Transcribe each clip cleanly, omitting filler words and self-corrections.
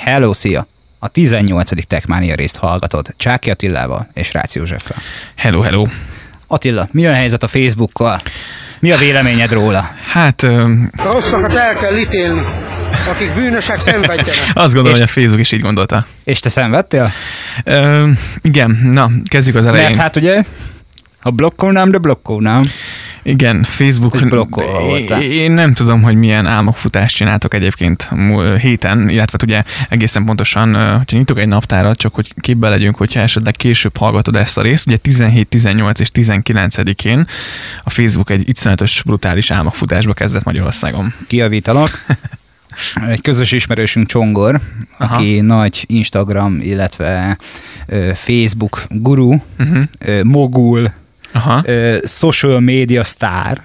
Hello, szia! A 18. Techmania részt hallgatod Csáki Attilával és Rácz Józseffel. Hello, hello. Attila, mi a helyzet a Facebookkal? Mi a véleményed róla? Hát... A rosszakat el kell ítélni, akik bűnösek szenvedjenek. Azt gondolom, hogy a Facebook is így gondolta. És te szenvedtél? Igen, na, kezdjük az elején. Mert hát ugye, ha blokkolnám, de blokkolnám. Igen, Facebook... Én nem tudom, hogy milyen álmokfutást csináltok egyébként héten, illetve ugye egészen pontosan, hogyha nyitok egy naptárat, csak hogy képbe legyünk, hogyha esetleg később hallgatod ezt a részt, ugye 17, 18 és 19-én a Facebook egy iszonyatos brutális álmokfutásba kezdett Magyarországon. Kijavítalak. Egy közös ismerősünk Csongor, aki nagy Instagram, illetve Facebook guru, mogul, social media sztár.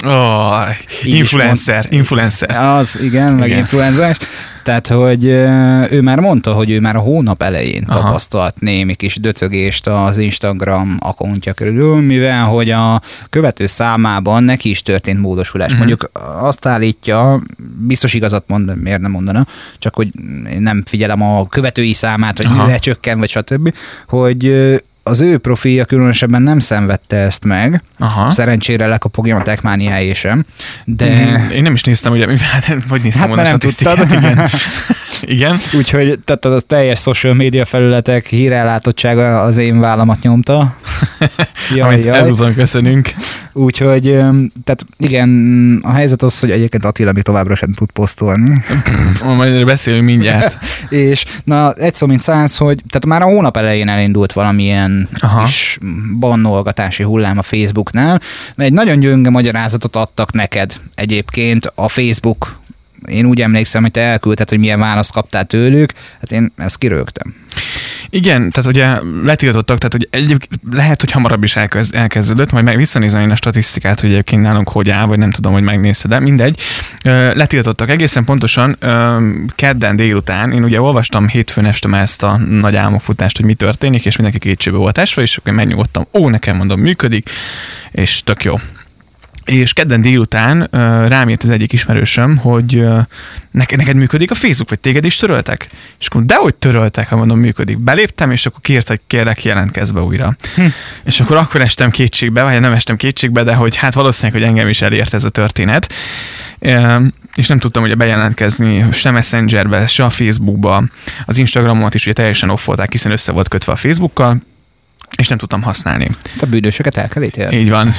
Influencer. Az, igen, meg influencer. Tehát, hogy ő már mondta, hogy ő már a hónap elején tapasztalt némi kis döcögést az Instagram accountja körül, mivel hogy a követő számában neki is történt módosulás. Mondjuk azt állítja, biztos igazat mond, miért nem mondana, csak hogy én nem figyelem a követői számát, hogy mivel csökken, vagy stb., hogy az ő profilja különösebben nem szenvedte ezt meg. Szerencsére lekapogja a Techmaniáé sem. De... Én nem is néztem, ugye, vagy néztem volna a statisztikát. Igen. Igen. Úgyhogy tehát a teljes social media felületek hírellátottsága az én vállamat nyomta. Jaj. Ezúton köszönünk. Úgyhogy, tehát igen, a helyzet az, hogy egyébként Attila még továbbra sem tud posztolni. Majd beszélünk mindjárt. És na, egy szó mint száz, hogy tehát már a hónap elején elindult valamilyen kis bannolgatási hullám a Facebooknál. Egy nagyon gyönge magyarázatot adtak neked egyébként a Facebook. Én úgy emlékszem, hogy te elküldted, hogy milyen választ kaptál tőlük. Hát én ezt kirögtem. Igen, tehát ugye letiltottak, tehát hogy egyébként lehet, hogy hamarabb is elkezdődött, majd meg visszanézem én a statisztikát, hogy egyébként nálunk hogy áll, vagy nem tudom, hogy megnézted, de mindegy. Letiltottak egészen pontosan kedden délután, én ugye olvastam hétfőn este már ezt a nagy álmokfutást, hogy mi történik, és mindenki kétségbe volt esve, és akkor megnyugodtam, nekem mondom, működik, és tök jó. És kedden délután rám jött az egyik ismerősöm, hogy neked működik a Facebook, vagy téged is töröltek? És akkor dehogy töröltek, ha mondom, működik. Beléptem, és akkor kiírt, hogy kérlek, jelentkezz be újra. És akkor estem kétségbe, vagy nem estem kétségbe, de hogy hát valószínűleg, hogy engem is elért ez a történet. És nem tudtam ugye bejelentkezni se Messengerbe, se a Facebookba. Az Instagramot is ugye teljesen offolták, hiszen össze volt kötve a Facebookkal, és nem tudtam használni. A bűnösöket el kell ítélni. Így van.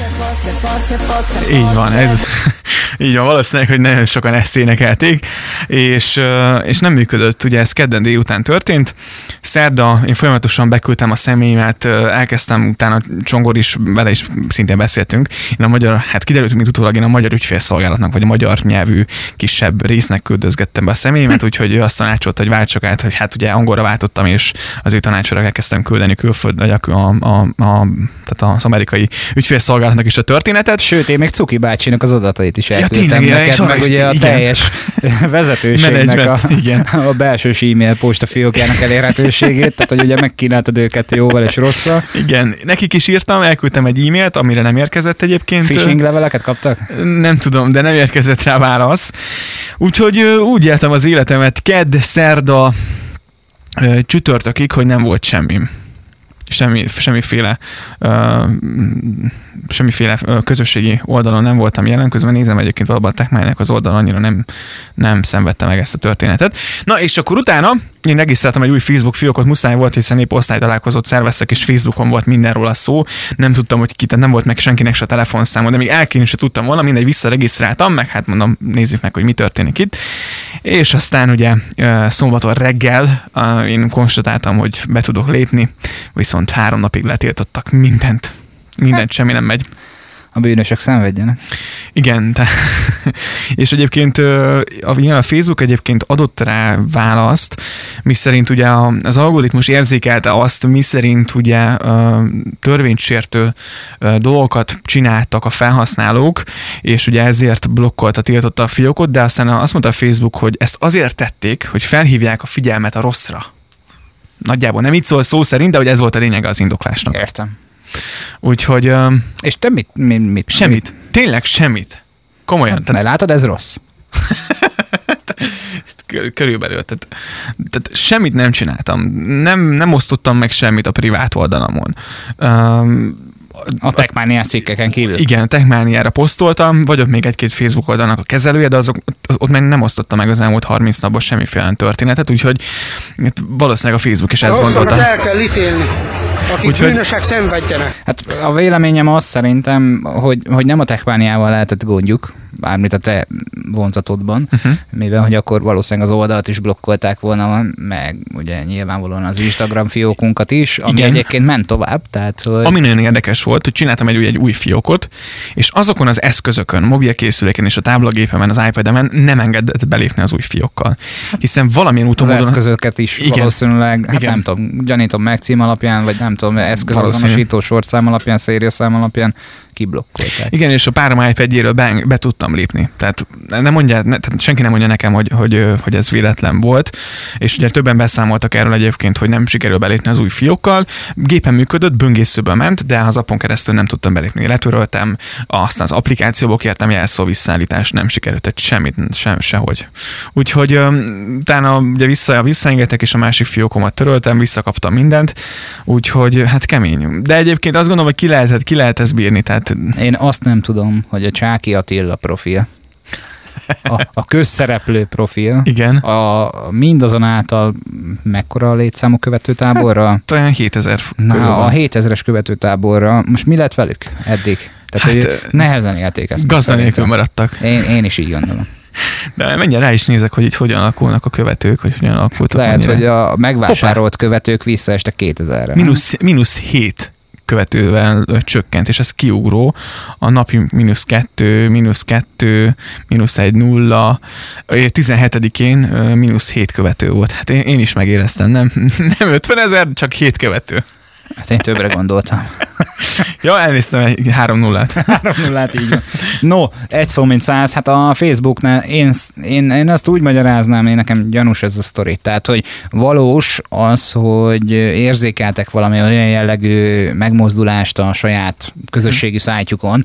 Így van, valószínűleg, hogy nagyon sokan ezt énekelték, és nem működött, ugye ez kedden délután történt. Szerda én folyamatosan beküldtem a személyemet, elkezdtem utána Csongor is, vele is szintén beszéltünk. Én a magyar, hát kiderült, mint utólag én a magyar ügyfélszolgálatnak, vagy a magyar nyelvű kisebb résznek küldözgettem be a személyemet, úgyhogy ő azt tanácsolta, hogy váltsak át, hogy hát ugye angolra váltottam, és az ő tanácsra elkezdtem küldeni külföld, vagy tehát az amerikai ügyfélszolgálatnak is a történetet. Sőt, én még Cuki bácsinak az adatait is elküldtem neked, meg ugye a teljes vezetőségnek a belső e-mail postafiókjának elérhetőségét, tehát hogy ugye megkínáltad őket jóval és rosszal. Igen, nekik is írtam, elküldtem egy e-mailt, amire nem érkezett egyébként. Phishing leveleket kaptak? Nem tudom, de nem érkezett rá válasz. Úgyhogy úgy éltem az életemet szerda, csütörtökig, hogy nem volt semmi. Semmiféle közösségi oldalon nem voltam jelen, közben nézem egyébként valóban a Techmaniának az oldalon annyira nem szenvedte meg ezt a történetet. Na és akkor utána én regisztráltam egy új Facebook fiókot, muszáj volt, hiszen épp osztálytalálkozót szerveztek, és Facebookon volt mindenről a szó. Nem tudtam, hogy tehát nem volt meg senkinek se a telefonszámon, de még elkény se tudtam volna, mindegy visszaregisztráltam, meg hát mondom, nézzük meg, hogy mi történik itt. És aztán ugye szombaton reggel én konstatáltam, hogy be tudok lépni, viszont 3 napig letiltottak mindent, semmi nem megy. A bűnösök szenvedjenek. Igen, és egyébként a Facebook egyébként adott rá választ, miszerint ugye az algoritmus érzékelte azt, miszerint ugye törvénysértő dolgokat csináltak a felhasználók, és ugye ezért blokkolta, tiltotta a fiókot, de aztán azt mondta a Facebook, hogy ezt azért tették, hogy felhívják a figyelmet a rosszra. Nagyjából nem így szó szerint, de hogy ez volt a lényege az indoklásnak. Értem. Úgyhogy... És te mit? Semmit. Tényleg semmit. Komolyan. Hát, mert látod, ez rossz. körülbelül. Tehát semmit nem csináltam. Nem osztottam meg semmit a privát oldalamon. A Techmaniás cikkeken kívül? Igen, a Techmaniára posztoltam, vagyok még egy-két Facebook oldalnak a kezelője, de ott meg nem osztottam meg az elmúlt 30 napban semmiféle történetet, úgyhogy valószínűleg a Facebook is ezt gondolta. El kell ítélni, akik bűnösek szenvedjenek. Hát a véleményem az szerintem, hogy nem a Techmaniával lehetett gondjuk, bármit a te vonzatodban, mivel hogy akkor valószínűleg az oldalt is blokkolták volna, meg ugye nyilvánvalóan az Instagram fiókunkat is, ami egyébként ment tovább. Tehát, hogy... Ami nagyon érdekes volt, hogy csináltam egy új fiókot, és azokon az eszközökön, mobilkészüléken és a táblagépemen, az iPad-emen nem engedett belépni az új fiókkal. Hiszen valamilyen úton... Az eszközöket is valószínűleg, hát nem tudom, gyanítom meg cím alapján, vagy nem tudom, eszközazonosító sorszám alapján, szériaszám alapján kiblokkolták. Igen, és a párom iPad-jéről be tudtam lépni. Tehát tehát senki nem mondja nekem, hogy ez véletlen volt, és ugye többen beszámoltak erről egyébként, hogy nem sikerül belépni az új fiókkal. Gépen működött, böngészőből ment, de az appon keresztül nem tudtam belépni. Letöröltem, aztán az applikációból kértem jelszó visszaállítást, nem sikerült, tehát semmit, sehogy. Úgyhogy utána ugye visszaengedtek, és a másik fiókomat töröltem, visszakaptam mindent, úgyhogy hát kemény. De egyébként azt gondolom, hogy ki lehet ezt bírni, tehát én azt nem tudom, hogy a Csáky Attila profil, a közszereplő profil, igen. Mindazonáltal mekkora a létszámú követőtáborra? Hát, olyan 7000 körül van. A 7000-es követőtáborra, most mi lett velük eddig? Tehát, hogy nehezen élték ezt. Gazda nélkül maradtak. Én is így gondolom. De mennyire rá is nézek, hogy itt hogyan alakulnak a követők, hogy hogyan alakultak. Lehet, hogy a megvásárolt követők visszaestek 2000-re. -7 követővel csökkent, és ez kiugró. A napi -2, -2, -1, 0. 17-én -7 követő volt. Hát én is megéreztem, nem 50 000, csak 7 követő. Hát én többre gondoltam. Ja, elnéztem 3-0-át. 3-0-át, így van. No, egy szó mint 100, hát a Facebooknál én azt úgy magyaráznám, én nekem gyanús ez a sztori. Tehát, hogy valós az, hogy érzékeltek valami olyan jellegű megmozdulást a saját közösségi szájtjukon,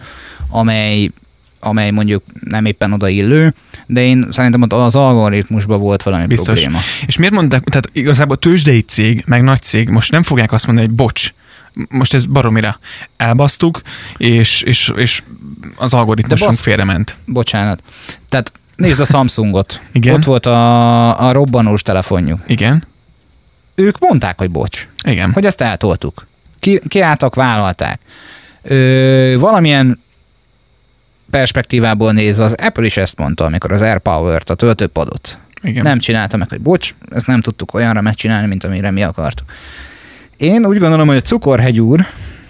amely mondjuk nem éppen odaillő, de én szerintem ott az algoritmusban volt valami probléma. És miért mondták, tehát igazából tőzsdei cég, meg nagy cég most nem fogják azt mondani, hogy bocs, most ez baromira elbasztuk, és az algoritmusunk félrement. Bocsánat. Tehát nézd a Samsungot. Igen. Ott volt a robbanós telefonjuk. Igen. Ők mondták, hogy bocs. Igen. Hogy ezt eltoltuk. Kiálltak, vállalták. Valamilyen perspektívából nézve az Apple is ezt mondta, amikor az AirPower-t, a töltőpadot nem csinálta meg, hogy bocs, ezt nem tudtuk olyanra megcsinálni, mint amire mi akartuk. Én úgy gondolom, hogy a Cukorhegy úr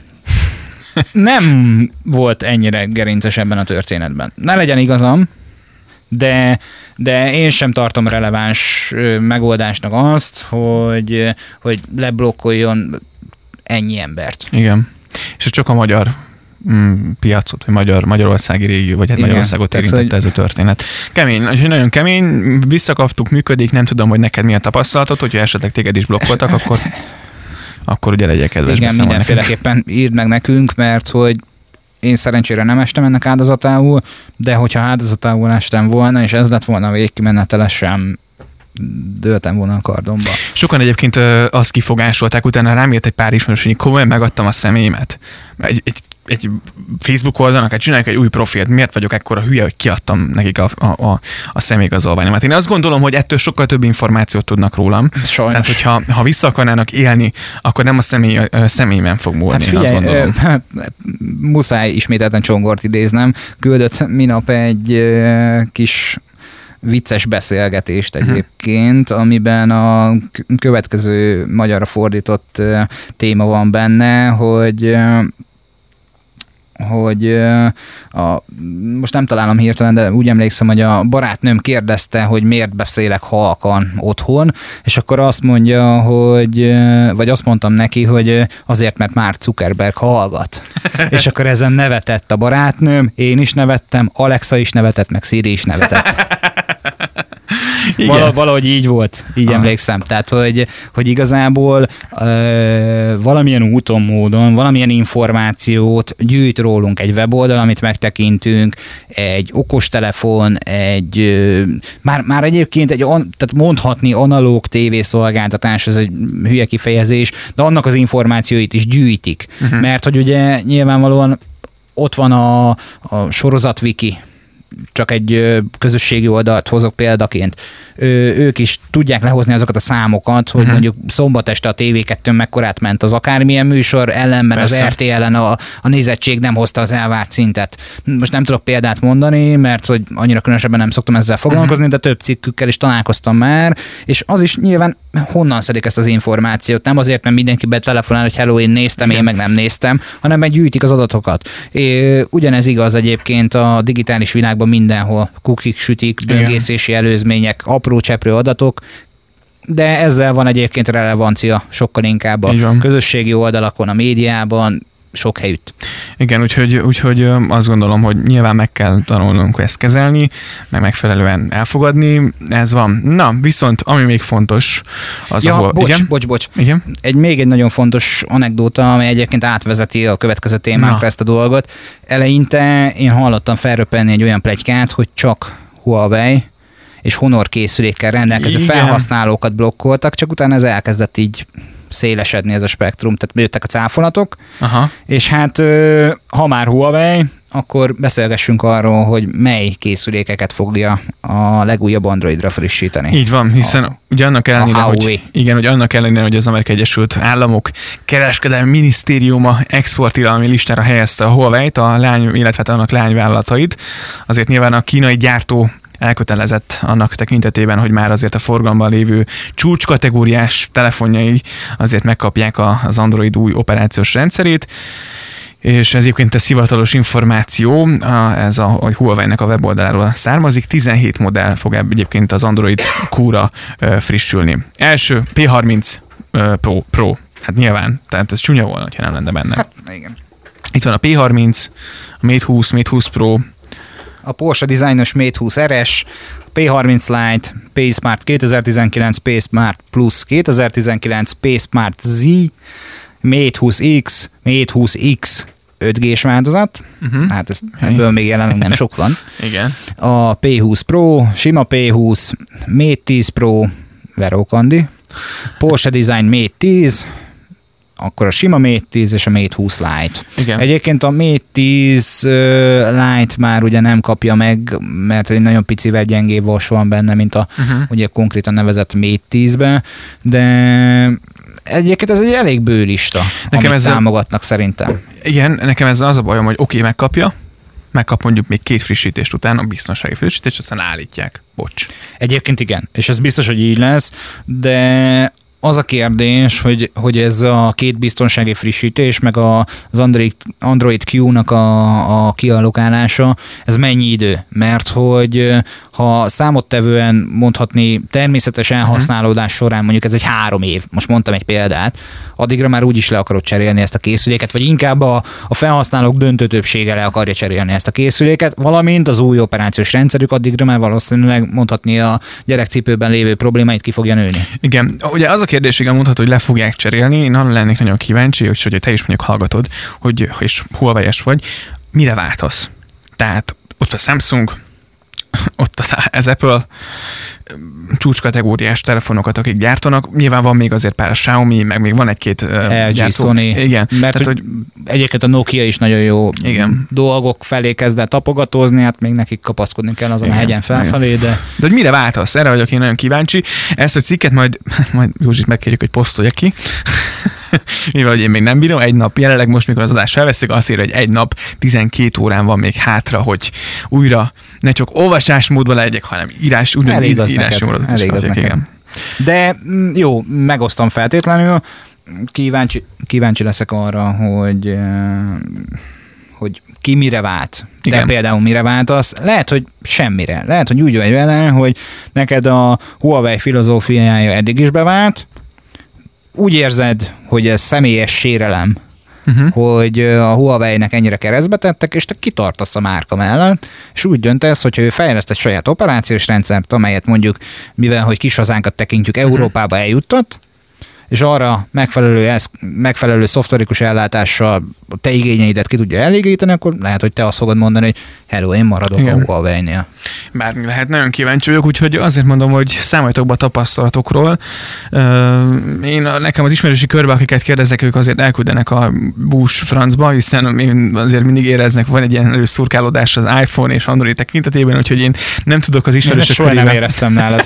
nem volt ennyire gerinces ebben a történetben. Ne legyen igazam, de én sem tartom releváns megoldásnak azt, hogy leblokkoljon ennyi embert. Igen. És csak a magyar piacot, vagy magyarországi régió, vagy hát Magyarországot érintette ez a történet. Kemény, nagyon kemény, visszakaptuk, működik, nem tudom, hogy neked mi a tapasztalatod, hogyha esetleg téged is blokkoltak, akkor ugye legyek kedves. Igen, mindenféleképpen írd meg nekünk, mert hogy én szerencsére nem estem ennek áldozatául, de hogyha áldozatául estem volna, és ez lett volna a végkimenetele, sem dőltem volna a kardomba. Sokan egyébként azt kifogásolták, utána rám jött egy pár ismerős, hogy komolyan megadtam a személyemet. Egy Facebook oldalnak, hát csinálják egy új profilt, miért vagyok ekkora hülye, hogy kiadtam nekik a személyigazolványomat. Én azt gondolom, hogy ettől sokkal több információt tudnak rólam. Sajnos. Tehát, hogyha vissza akarnának élni, akkor nem a személyben fog múlni, hát figyelj, én azt gondolom. Muszáj ismételten Csongort idéznem. Küldött minap egy kis vicces beszélgetést egyébként, amiben a következő magyarra fordított téma van benne, hogy most nem találom hirtelen, de úgy emlékszem, hogy a barátnőm kérdezte, hogy miért beszélek halkan otthon, és akkor azt mondja, vagy azt mondtam neki, hogy azért, mert Mark Zuckerberg hallgat. És akkor ezen nevetett a barátnőm, én is nevettem, Alexa is nevetett, meg Siri is nevetett. Valahogy így volt, így emlékszem. Tehát, hogy igazából valamilyen úton, módon, valamilyen információt gyűjt rólunk egy weboldal, amit megtekintünk, egy okostelefon, már egyébként tehát mondhatni analóg tévészolgáltatás, ez egy hülye kifejezés, de annak az információit is gyűjtik. Mert hogy ugye nyilvánvalóan ott van a sorozatviki, csak egy közösségi oldalt hozok példaként. Ők is tudják lehozni azokat a számokat, hogy mondjuk szombat este a TV2-n mekkorát ment az akármilyen műsor, ellenben persze. Az RTL-en a nézettség nem hozta az elvárt szintet. Most nem tudok példát mondani, mert hogy annyira különösebben nem szoktam ezzel foglalkozni, de több cikkükkel is találkoztam már, és az is nyilván honnan szedik ezt az információt. Nem azért, mert mindenki betelefonál, hogy hello, én néztem, én meg nem néztem, hanem meg gyűjtik az adatokat. Ugyanez igaz egyébként a digitális világban mindenhol. Kukik, sütik, böngészési előzmények, apró cseprő adatok, de ezzel van egyébként relevancia sokkal inkább a közösségi oldalakon, a médiában, sok helyütt. Igen, úgyhogy azt gondolom, hogy nyilván meg kell tanulnunk ezt kezelni, meg megfelelően elfogadni, ez van. Na, viszont ami még fontos, az bocs. Igen? Még egy nagyon fontos anekdóta, amely egyébként átvezeti a következő témánkra ezt a dolgot. Eleinte én hallottam felröppenni egy olyan pletykát, hogy csak Huawei és Honor készülékkel rendelkező felhasználókat blokkoltak, csak utána ez elkezdett így szélesedni ez a spektrum, tehát jöttek a cáfolatok, és hát ha már Huawei, akkor beszélgessünk arról, hogy mely készülékeket fogja a legújabb Androidra frissíteni. Így van, hiszen ugye annak ellenére, hogy az Amerikai Egyesült Államok kereskedelmi minisztériuma exporttilalmi listára helyezte a Huawei-t, illetve annak leányvállalatait, azért nyilván a kínai gyártó elkötelezett annak tekintetében, hogy már azért a forgalomban lévő csúcskategóriás telefonjai azért megkapják az Android új operációs rendszerét, és ez egyébként ez hivatalos információ, ez a Huawei-nek a weboldaláról származik, 17 modell fog egyébként az Android Q-ra frissülni. Első P30 Pro, hát nyilván, tehát ez csúnya volna, ha nem lenne benne. Hát, igen. Itt van a P30, a Mate 20, Mate 20 Pro, a Porsche dizájnos Mate 20 RS, P30 Lite, P-Smart 2019, P-Smart Plus 2019, P-Smart Z, Mate 20X, Mate 20X 5G-s változat, hát ebből még jelenleg nem sok van. Igen. A P20 Pro, sima P20, Mate 10 Pro, Verokandi, Porsche Design Mate 10, akkor a sima Mate 10 és a Mate 20 Lite. Igen. Egyébként a Mate 10 Lite már ugye nem kapja meg, mert egy nagyon picivel gyengébb vas van benne, mint a ugye konkrétan nevezett Mate 10-be, de egyébként ez egy elég bő lista, amit támogatnak szerintem. Igen, nekem ezzel az a bajom, hogy oké, megkap mondjuk még 2 frissítést után, a biztonsági frissítést, aztán állítják. Bocs. Egyébként igen, és ez biztos, hogy így lesz, de az a kérdés, hogy ez a 2 biztonsági frissítés, meg az Android Q-nak a kiallokálása, ez mennyi idő? Mert hogy ha számottevően mondhatni természetes elhasználódás során, mondjuk ez egy 3 év, most mondtam egy példát, addigra már úgyis le akarod cserélni ezt a készüléket, vagy inkább a felhasználók döntő többsége le akarja cserélni ezt a készüléket, valamint az új operációs rendszerük addigra már valószínűleg mondhatni a gyerekcipőben lévő problémáit ki fogja nőni. Igen, ugye az a kérdés, igen, mondhatod, hogy le fogják cserélni, én arra lennék nagyon kíváncsi, hogy te is mondjuk hallgatod, és Huawei-es vagy, mire váltasz? Tehát ott a Samsung, ott az Apple, csúcskategóriás telefonokat, akik gyártanak. Nyilván van még azért pár a Xiaomi, meg még van egy-két LG, gyártó. Sony. Igen. Mert tehát, hogy egyébként a Nokia is nagyon jó dolgok felé kezdett tapogatózni, hát még nekik kapaszkodni kell azon a hegyen felfelé, de hogy mire váltasz? Erre vagyok én nagyon kíváncsi. Ezt a cikket majd Józsit megkérjük, hogy posztolja ki. Mivel, hogy én még nem bírom, egy nap, jelenleg most, mikor az adást felveszik, azt írja, hogy egy nap 12 órán van még hátra, hogy újra ne csak olvasásmódban legyek, hanem írás módot is hagyjak. Igen. De jó, megosztom feltétlenül. Kíváncsi leszek arra, hogy ki mire vált. Igen. De például mire váltasz? Lehet, hogy semmire. Lehet, hogy úgy vagy vele, hogy neked a Huawei filozófiája eddig is bevált, úgy érzed, hogy ez személyes sérelem hogy a Huawei-nek ennyire keresztbe tettek, és te kitartasz a márka mellett, és úgy döntesz, hogyha ő fejleszt egy saját operációs rendszert, amelyet mondjuk, mivel hogy kis hazánkat tekintjük, Európába eljuttat, és arra megfelelő szoftverikus ellátással a te igényeidet ki tudja elégíteni, akkor lehet, hogy te azt fogod mondani, hogy hello, én maradok a Huawei-nél. Bármi lehet, nagyon kíváncsi vagyok, úgyhogy azért mondom, hogy számoljatok be a tapasztalatokról. Nekem az ismerősi körbe, akiket kérdezek, ők azért elküldenek a bús francba, hiszen én azért mindig éreznek, van egy ilyen előszurkálódás az iPhone és Android tekintetében, úgyhogy én nem tudok az ismerősök körében. Soha nem éreztem nálad.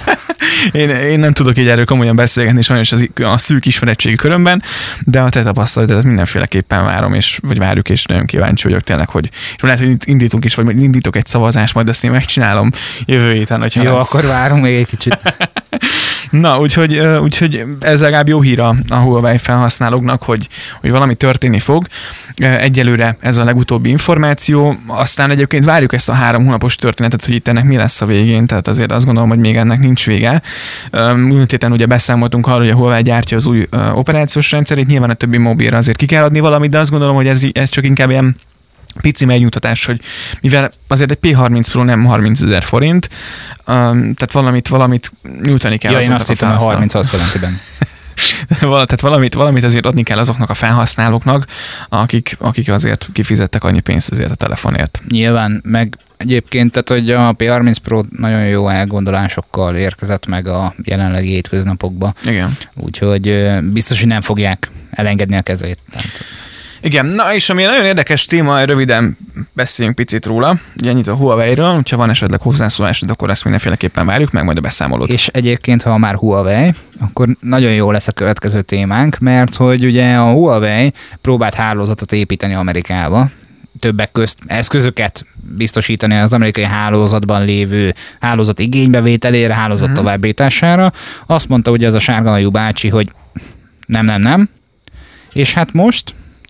Én nem tudok így erről komolyan beszélgetni, sajnos a szűk ismeretségi körömben, de a te tapasztalatodat mindenféleképpen várom, vagy várjuk, és nagyon kíváncsi vagyok tényleg, hogy és lehet, hogy indítunk is, vagy indítok egy szavazást, majd azt én megcsinálom jövő héten. Jó, akkor várunk még egy kicsit. Na, úgyhogy ez legalább jó hír a Huawei felhasználóknak, hogy valami történni fog. Egyelőre ez a legutóbbi információ, aztán egyébként várjuk ezt a 3 hónapos történetet, hogy itt ennek mi lesz a végén, tehát azért azt gondolom, hogy még ennek nincs vége. Múlt héten ugye beszámoltunk arról, hogy a Huawei gyártja az új operációs rendszerét, nyilván a többi mobilra azért ki kell adni valamit, de azt gondolom, hogy ez csak inkább ilyen pici megnyugtatás, hogy mivel azért egy P30 Pro nem 30 000 forint, tehát valamit nyújtani kell. Ja, én azt hittem, a 30 az jelenti benne. Tehát valamit azért adni kell azoknak a felhasználóknak, akik azért kifizettek annyi pénzt azért a telefonért. Nyilván, meg egyébként, tehát hogy a P30 Pro nagyon jó elgondolásokkal érkezett meg a jelenlegi hétköznapokba. Igen. Úgyhogy biztos, hogy nem fogják elengedni a kezét. Igen, na és ami nagyon érdekes téma, röviden beszéljünk picit róla, ugye ennyit a Huawei-ről, hogyha van esetleg hozzászólásod, akkor ezt mindenféleképpen várjuk meg, majd a beszámolót. És egyébként, ha már Huawei, akkor nagyon jó lesz a következő témánk, mert hogy ugye a Huawei próbált hálózatot építeni Amerikába, többek közt eszközöket biztosítani az amerikai hálózatban lévő hálózat igénybevételére, hálózat továbbítására. Azt mondta ugye az a sárganajú bácsi, hogy nem. És hát most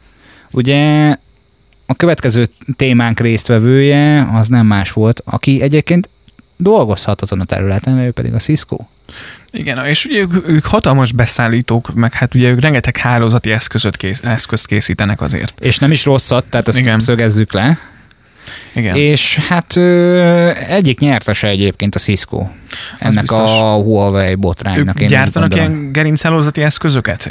ugye a következő témánk résztvevője az nem más volt, aki egyébként dolgozhat azon a területen, ő pedig a Cisco. Igen, és ugye ők hatalmas beszállítók, meg hát ugye ők rengeteg hálózati eszközt készítenek azért. És nem is rosszat, tehát ezt szögezzük le. Igen. És hát egyik nyertese egyébként a Cisco. Ennek a Huawei botránynak. Ők gyártanak ilyen gerinchálózati eszközöket?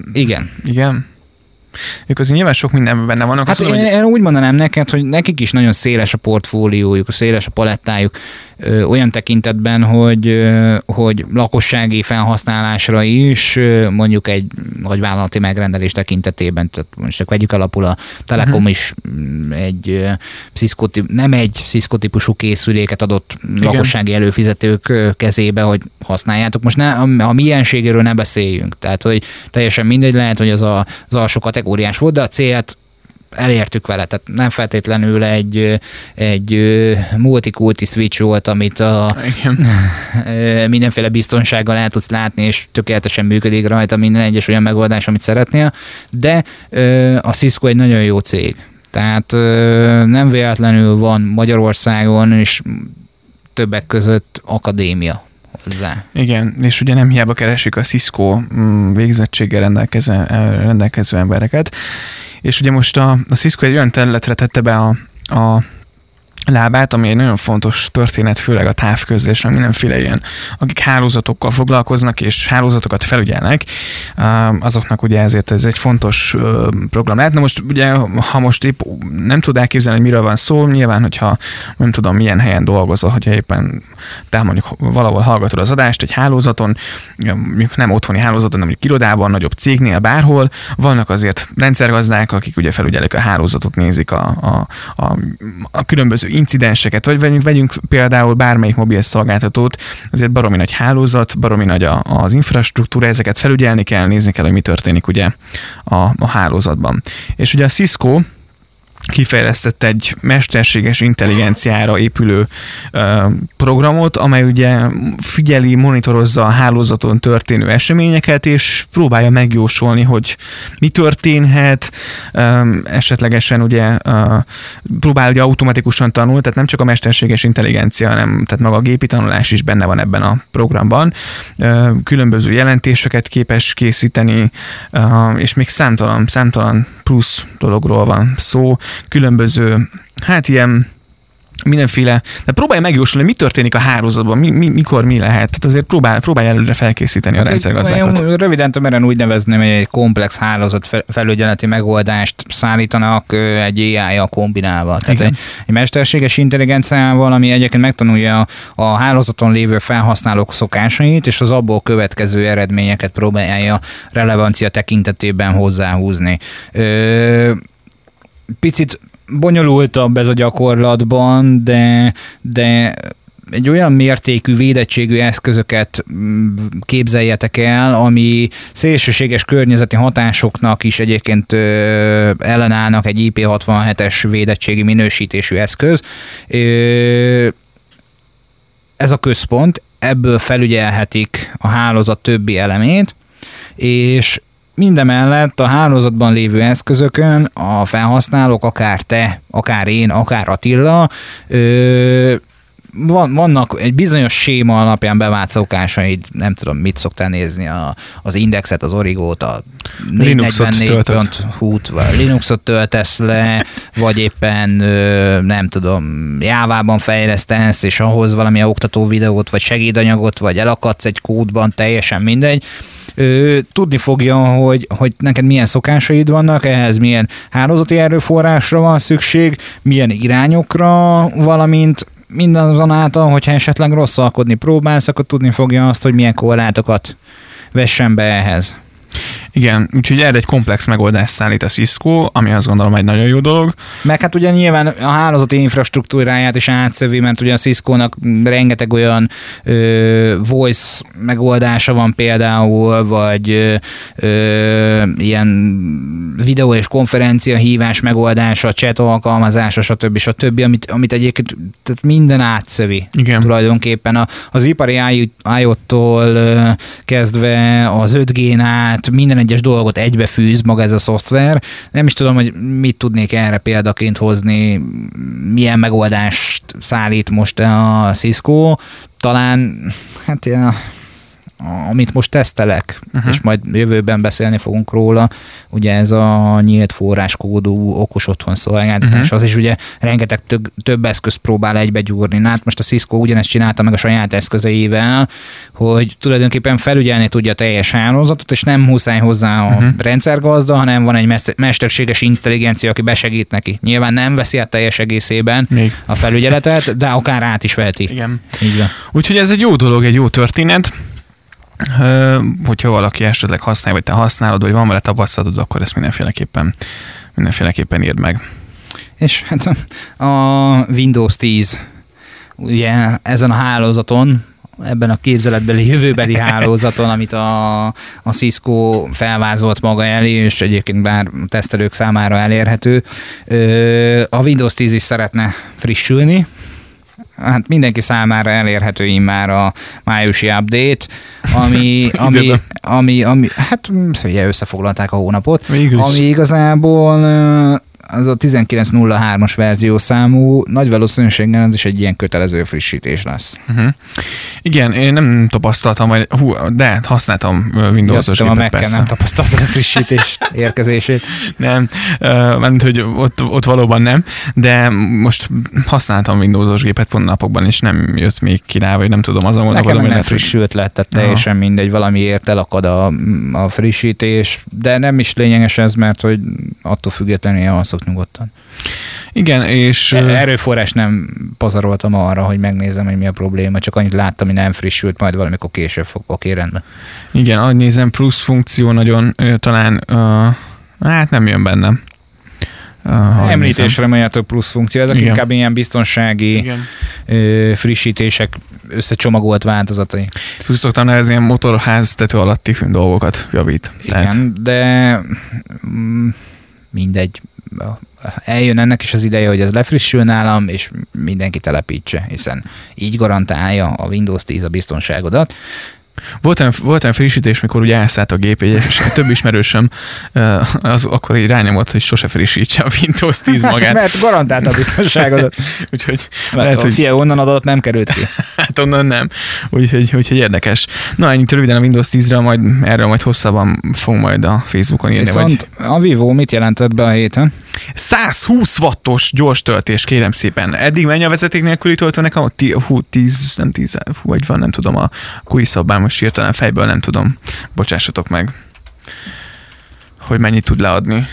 Igen. Ők azért nyilván sok mindenben benne vannak. Hát én úgy mondanám neked, hogy nekik is nagyon széles a portfóliójuk, széles a palettájuk olyan tekintetben, hogy lakossági felhasználásra is mondjuk egy nagyvállalati megrendelés tekintetében, tehát most csak vegyük alapul a Telekom is egy nem egy Cisco típusú készüléket adott lakossági előfizetők kezébe, hogy használjátok. Most a mienségéről ne beszéljünk, tehát hogy teljesen mindegy, lehet, hogy az alsó kategóriás volt, de a célt elértük vele, tehát nem feltétlenül egy multi-kulti switch volt, amit mindenféle biztonsággal el tudsz látni, és tökéletesen működik rajta minden egyes olyan megoldás, amit szeretnél, de a Cisco egy nagyon jó cég. Tehát nem véletlenül van Magyarországon, és többek között akadémia hozzá. Igen, és ugye nem hiába keresik a Cisco végzettséggel rendelkező embereket, és ugye most a Cisco egy olyan területre tette be a lábát, ami egy nagyon fontos történet, főleg a távközlésre, mindenféle ilyen, akik hálózatokkal foglalkoznak és hálózatokat felügyelnek, azoknak ugye ezért ez egy fontos program lehet. Na most ugye, ha most épp nem tud elképzelni, hogy miről van szó, nyilván, hogyha nem tudom milyen helyen dolgozol, hogyha éppen te mondjuk valahol hallgatod az adást egy hálózaton, mondjuk nem otthoni hálózaton, hanem mondjuk irodában, nagyobb cégnél, bárhol, vannak azért rendszergazdák, akik ugye felügyelik a hálózatot, nézik a különböző incidenseket, vagy vegyünk például bármelyik mobil szolgáltatót, azért baromi nagy hálózat, baromi nagy az infrastruktúra, ezeket felügyelni kell, nézni kell, hogy mi történik ugye a hálózatban. És ugye a Cisco kifejlesztett egy mesterséges intelligenciára épülő programot, amely ugye figyeli, monitorozza a hálózaton történő eseményeket, és próbálja megjósolni, hogy mi történhet, esetlegesen ugye próbál ugye automatikusan tanulni, tehát nem csak a mesterséges intelligencia, hanem tehát maga a gépi tanulás is benne van ebben a programban. Különböző jelentéseket képes készíteni, és még számtalan plusz dologról van szó, különböző, hát ilyen mindenféle, de próbálja megjósolni, mi történik a hálózatban, mikor mi lehet. Tehát azért próbálja előre felkészíteni a rendszergazdákat. Röviden tömören úgy nevezném, hogy egy komplex hálózat felügyeleti megoldást szállítanak egy AI-jal kombinálva. Tehát egy mesterséges intelligenciával, ami egyébként megtanulja a hálózaton lévő felhasználók szokásait, és az abból következő eredményeket próbálja relevancia tekintetében hozzáhúzni. Picit bonyolultabb ez a gyakorlatban, de egy olyan mértékű védettségű eszközöket képzeljetek el, ami szélsőséges környezeti hatásoknak is egyébként ellenállnak, egy IP67-es védettségi minősítésű eszköz. Ez a központ, ebből felügyelhetik a hálózat többi elemét, és mindemellett a hálózatban lévő eszközökön a felhasználók, akár te, akár én, akár Attila, vannak egy bizonyos séma alapján bevált szokásaid, nem tudom, mit szoktál nézni, az Indexet, az Origót, a 444.hu-t, vagy Linuxot töltesz le, vagy éppen nem tudom, Jávában fejlesztesz, és ahhoz valami oktató videót, vagy segédanyagot, vagy elakadsz egy kódban, teljesen mindegy. Tudni fogja, hogy neked milyen szokásaid vannak, ehhez milyen hálózati erőforrásra van szükség, milyen irányokra, valamint mindazonáltal, hogyha esetleg rosszalkodni próbálsz, akkor tudni fogja azt, hogy milyen korlátokat vessen be ehhez. Igen, úgyhogy erre egy komplex megoldást szállít a Cisco, ami azt gondolom egy nagyon jó dolog. Meg hát ugye nyilván a hálózati infrastruktúráját is átszövi, mert ugye a Cisco-nak rengeteg olyan voice megoldása van például, vagy ilyen videó és konferencia hívás megoldása, chat alkalmazása, stb. Amit egyébként tehát minden átszövi. Igen. Tulajdonképpen az ipari IoT-tól kezdve az 5G-n át minden egyes dolgot egybefűz maga ez a szoftver. Nem is tudom, hogy mit tudnék erre példaként hozni, milyen megoldást szállít most a Cisco. Talán, hát amit most tesztelek, és majd jövőben beszélni fogunk róla, ugye ez a nyílt forráskódú okos otthon szolgáltatás, az is ugye rengeteg több eszközt próbál egybegyúrni. Hát most a Cisco ugyanezt csinálta meg a saját eszközeivel, hogy tulajdonképpen felügyelni tudja a teljes hálózatot, és nem muszáj hozzá a rendszergazda, hanem van egy mesterséges intelligencia, aki besegít neki. Nyilván nem veszi át teljes egészében a felügyeletet, de akár át is veheti. Igen. Úgyhogy ez egy jó dolog, egy jó történet. Hogyha valaki esetleg használja, vagy te használod, vagy van vele tapasztalatod, akkor ezt mindenféleképpen írd meg. És hát a Windows 10 ugye ezen a hálózaton, ebben a képzeletbeli jövőbeli hálózaton, amit a Cisco felvázolt maga elé, és egyébként bár tesztelők számára elérhető, a Windows 10 is szeretne frissülni. Hát mindenki számára elérhető immár a májusi update, ami hát ugye összefoglalták a hónapot, ami igazából az a 19.03-as verziószámú, nagy valószínűséggel ez is egy ilyen kötelező frissítés lesz. Igen, én nem tapasztaltam, de használtam Windows-os gépet, persze. Nem tapasztaltam a frissítés érkezését. Nem, mert hogy ott valóban nem, de most használtam Windows-os gépet pont napokban, és nem jött még ki rá, vagy nem tudom, azon gondolkodom, hogy nem frissült lett, tehát teljesen mindegy, valamiért elakad a frissítés, de nem is lényeges ez, mert hogy attól függetlenül alszok nyugodtan. Igen, és... Erőforrás nem pazaroltam arra, hogy megnézem, hogy mi a probléma, csak annyit láttam, hogy nem frissült, majd valamikor később fog. Oké, rendben. Igen, ahogy nézem, plusz funkció nagyon talán, hát nem jön bennem. Említésre mondja több plusz funkció, ezek inkább ilyen biztonsági frissítések összecsomagolt változatai. Úgy szoktam nevezni, ilyen motorház tető alatti dolgokat javít. Igen, de mindegy. eljön ennek is az ideje, hogy ez lefrissül nálam, és mindenki telepítse, hiszen így garantálja a Windows 10 a biztonságodat. Volt olyan frissítés, mikor ugye elszállt a gép, és több ismerősöm az akkor így rányomott, hogy sose frissítse a Windows 10 magát. Mert garantálta a biztonságodat. Úgyhogy lehet, hogy fia, onnan adat nem került ki. Hát onnan nem. Úgyhogy érdekes. Na, ennyit röviden a Windows 10-ről, erről majd hosszabban fogunk majd a Facebookon írni. Viszont a Vivo mit jelentett be a héten? 120 wattos gyors töltés, kérem szépen. Eddig mennyi a vezeték nélküli töltő nekem? 10, vagy van, nem tudom, a QI szabály, most hirtelen fejből nem tudom. Bocsássatok meg, hogy mennyit tud leadni.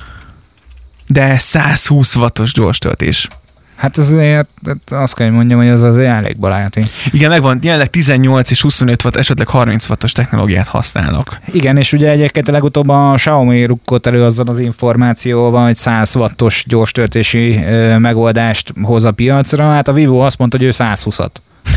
De 120 wattos gyors töltés. Hát azért azt kell, hogy mondjam, hogy az azért elég baráti. Igen, megvan, jelenleg 18 és 25 watt, esetleg 30 wattos technológiát használnak. Igen, és ugye egyébként legutóbb a Xiaomi rukkott elő azzal az információval, hogy 100 wattos gyors töltési megoldást hoz a piacra. Hát a Vivo azt mondta, hogy ő 120-at.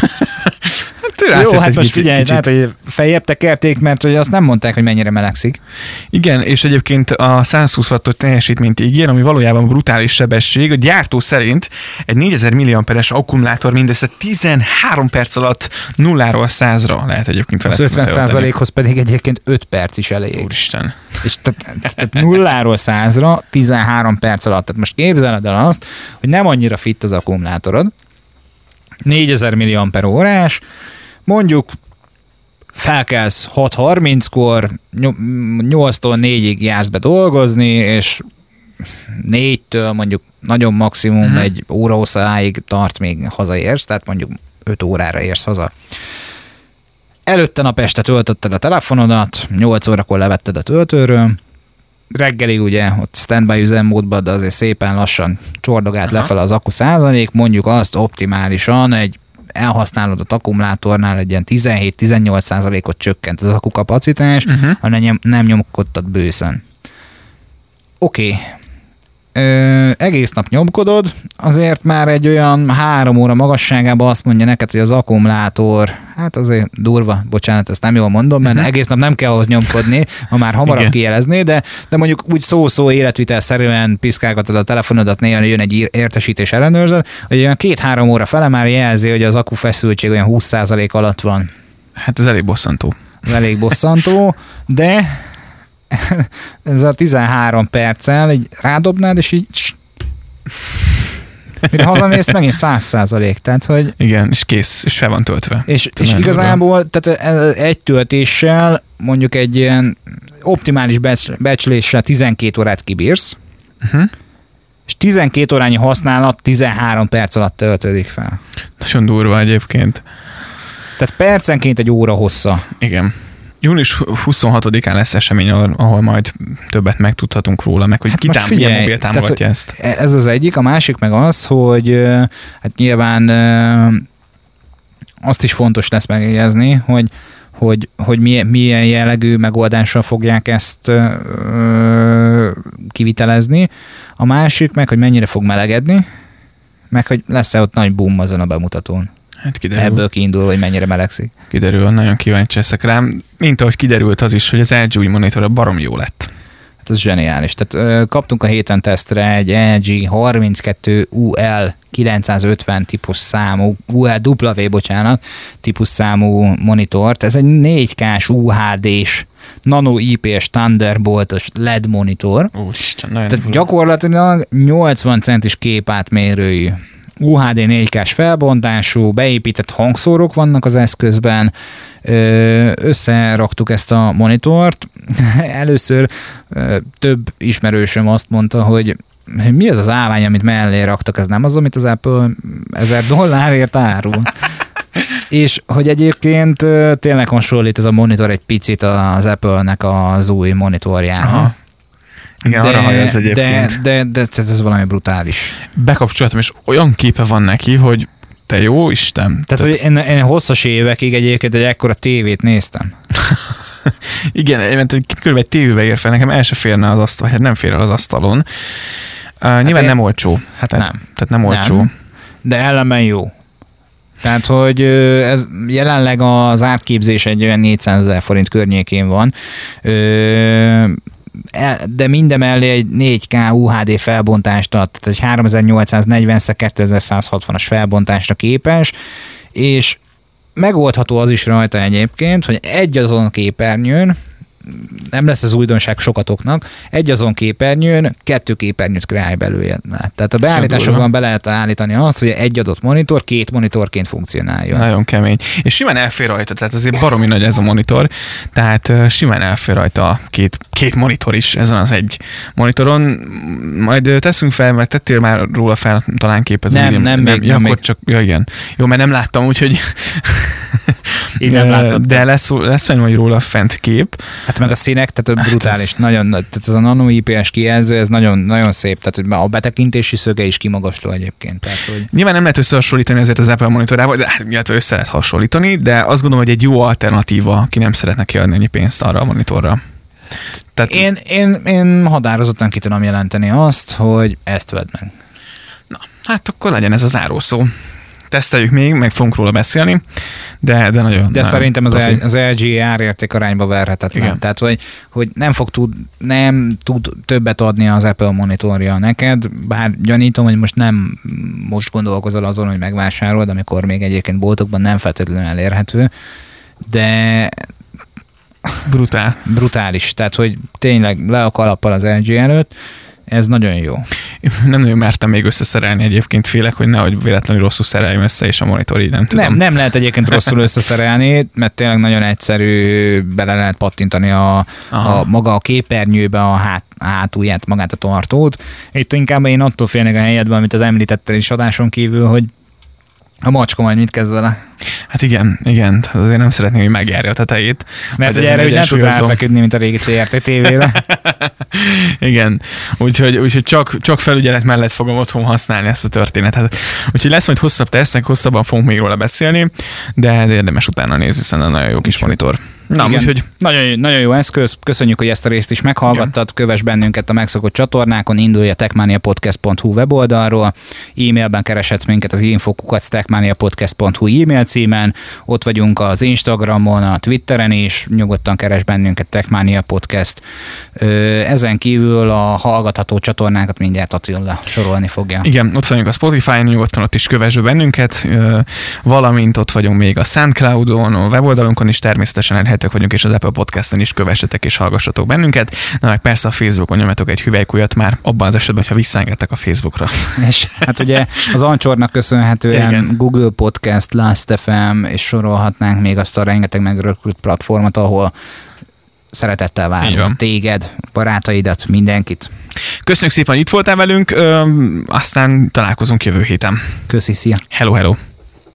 Jó, hát most figyelj, hát, hogy feljebb tekerték, mert hogy azt nem mondták, hogy mennyire melegszik. Igen, és egyébként a 120 wattot teljesítményt ígér, ami valójában brutális sebesség. A gyártó szerint egy 4000 mAh-es akkumulátor mindössze 13 perc alatt 0-ról 100-ra lehet egyébként vele. Az 50%-hoz pedig egyébként 5 perc is elég. Úristen. És tehát 0-ról 100-ra 13 perc alatt. Tehát most képzeled el azt, hogy nem annyira fit az akkumulátorod, 4000 mAh, mondjuk felkelsz 6:30-kor, 8-tól 4-ig jársz be dolgozni, és 4-től mondjuk nagyon maximum egy óra hosszáig tart, még hazaérsz, tehát mondjuk 5 órára érsz haza. Előtte nap este töltötted a telefonodat, 8 órakor levetted a töltőről, reggelig ugye ott standby üzemmódban, de azért szépen lassan csordogált lefele az akku százalék, mondjuk azt optimálisan egy elhasználódott akkumulátornál egy ilyen 17-18%-ot csökkent az akkukapacitás, ha nem nyomkodtad bőszen. Oké. Egész nap nyomkodod, azért már egy olyan 3 óra magasságában azt mondja neked, hogy az akkumulátor, hát azért durva, bocsánat, ezt nem jól mondom, mert egész nap nem kell ahhoz nyomkodni, ha már hamarabb kijelezné, de mondjuk úgy szó-szó életvitelszerűen piszkálgatod a telefonodat, néha jön egy értesítés ellenőrzet, hogy olyan 2-3 óra fele már jelzi, hogy az akku feszültség olyan 20% alatt van. Hát ez elég bosszantó. Elég bosszantó, de ez a 13 perccel így rádobnád, és így mire hazamész, megint 100%. Tehát, hogy igen, és kész, és fel van töltve. És igazából tehát egy töltéssel mondjuk egy ilyen optimális becsléssel 12 órát kibírsz, és 12 órányi használat 13 perc alatt töltődik fel. Nagyon durva egyébként. Tehát percenként egy óra hossza. Igen. Június 26-án lesz esemény, ahol majd többet megtudhatunk róla, meg hogy hát milyen mobil támogatja ezt. Ez az egyik, a másik meg az, hogy hát nyilván azt is fontos lesz megjegyezni, hogy milyen jellegű megoldással fogják ezt kivitelezni. A másik meg, hogy mennyire fog melegedni, meg hogy lesz-e ott nagy boom azon a bemutatón. Hát kiderül. Ebből kiindul, hogy mennyire melegszik. Kiderül, nagyon kíváncsi leszek rám. Mint ahogy kiderült az is, hogy az LG új monitora barom jó lett. Hát ez zseniális. Tehát kaptunk a héten tesztre egy LG 32UL 950 típus számú, típus számú monitort. Ez egy 4K-s UHD-s Nano IPS Thunderbolt-os LED monitor. Úristen, tehát gyakorlatilag 80 centis képátmérőjű. UHD 4K-s felbontású, beépített hangszórók vannak az eszközben, összeraktuk ezt a monitort. Először több ismerősöm azt mondta, hogy mi az az állvány, amit mellé raktak, ez nem az, amit az Apple $1000 árul. És hogy egyébként tényleg hasonlít ez a monitor egy picit az Apple-nek az új monitorjára. Igen, arra hajaz egyébként. De ez valami brutális. Bekapcsoltam, és olyan képe van neki, hogy te jó Isten. Tehát hogy én hosszas évekig egyébként egy ekkora tévét néztem. Igen, mert körülbelül egy tévébe ér fel, nekem el se férne az asztal, vagy hát nem fér el az asztalon. Nyilván nem olcsó. Tehát nem olcsó. Nem, de ellenben jó. Tehát, hogy ez jelenleg az átképzés egy olyan 400 000 forint környékén van. de mindemellé egy 4K UHD felbontást ad, tehát egy 3840x2160-as felbontásra képes, és megoldható az is rajta egyébként, hogy egy azon képernyőn, nem lesz az újdonság sokatoknak, egy azon képernyőn 2 képernyőt kreálj belőle. Tehát a beállításokban be lehet állítani azt, hogy egy adott monitor 2 monitorként funkcionáljon. Nagyon kemény. És simán elfér rajta, tehát azért baromi nagy ez a monitor, tehát simán elfér rajta két monitor is ezen az egy monitoron. Majd teszünk fel, mert tettél már róla fel talán képet. Nem, akkor csak, ja igen. Jó, mert nem láttam, úgyhogy így nem látod. De lesz majd róla fent kép. Hát meg a színek, tehát brutális, nagyon, tehát ez a nano IPS kijelző, ez nagyon, nagyon szép, tehát a betekintési szöge is kimagasló egyébként. Tehát, hogy... Nyilván nem lehet összehasonlítani ezért az Apple monitorával, de hát össze lehet hasonlítani, de azt gondolom, hogy egy jó alternatíva, ki nem szeretne kiadni ennyi pénzt arra a monitorra. Tehát... Én határozottan ki tudom jelenteni azt, hogy ezt vedd meg. Na, hát akkor legyen ez az zárószó. Teszteljük még, meg fogunk róla beszélni, de nagyon... De szerintem az LG árérték arányba verhetetlen. Igen. Tehát, hogy nem tud többet adni az Apple monitorja neked, bár gyanítom, hogy most gondolkozol azon, hogy megvásárolod, amikor még egyébként boltokban nem feltétlenül elérhető, de... Brutális. Tehát, hogy tényleg le a kalappal az LG előtt, ez nagyon jó. Nem nagyon mertem még összeszerelni egyébként, félek, hogy nehogy véletlenül rosszul szereljünk össze, és a monitor így nem tudom. Nem lehet egyébként rosszul összeszerelni, mert tényleg nagyon egyszerű, bele lehet pattintani maga a képernyőbe a hátulját, magát a tartót. Itt inkább én attól félnek a helyedben, amit az említettel is adáson kívül, hogy a macska majd mit kezd vele? Hát igen, azért nem szeretném, hogy megjárja a tetejét. Mert hogy erre nem tud elfeküdni, mint a régi CRT tévére. Igen, úgyhogy csak felügyelet mellett fogom otthon használni ezt a történetet. Úgyhogy lesz majd hosszabb teszt, meg hosszabban fogunk még róla beszélni, de érdemes utána nézni, szerintem nagyon jó kis monitor. Na, úgyhogy... Nagyon jó eszköz, köszönjük, hogy ezt a részt is meghallgattad, kövess bennünket a megszokott csatornákon, indulj a techmaniapodcast.hu weboldalról, e-mailben kereshetsz minket az info@techmaniapodcast.hu e-mail címen, ott vagyunk az Instagramon, a Twitteren is, nyugodtan keres bennünket Techmania Podcast. Ezen kívül a hallgatható csatornákat mindjárt Attila sorolni fogja. Igen, ott vagyunk a Spotify-on, nyugodtan ott is kövess bennünket, valamint ott vagyunk még a SoundCloud-on, a weboldalunkon is természetesen elérhetők vagyunk, és az Apple Podcast-en is kövessetek és hallgassatok bennünket. Na meg persze a Facebookon nyomjatok egy hüvelykujjat már abban az esetben, hogyha visszaengedtek a Facebookra. És hát ugye az Anchornak köszönhetően igen. Google Podcast, Last.fm, és sorolhatnánk még azt a rengeteg megrökkült platformot, ahol szeretettel várunk téged, barátaidat, mindenkit. Köszönjük szépen, hogy itt voltál velünk, aztán találkozunk jövő héten. Köszi, szia! Hello!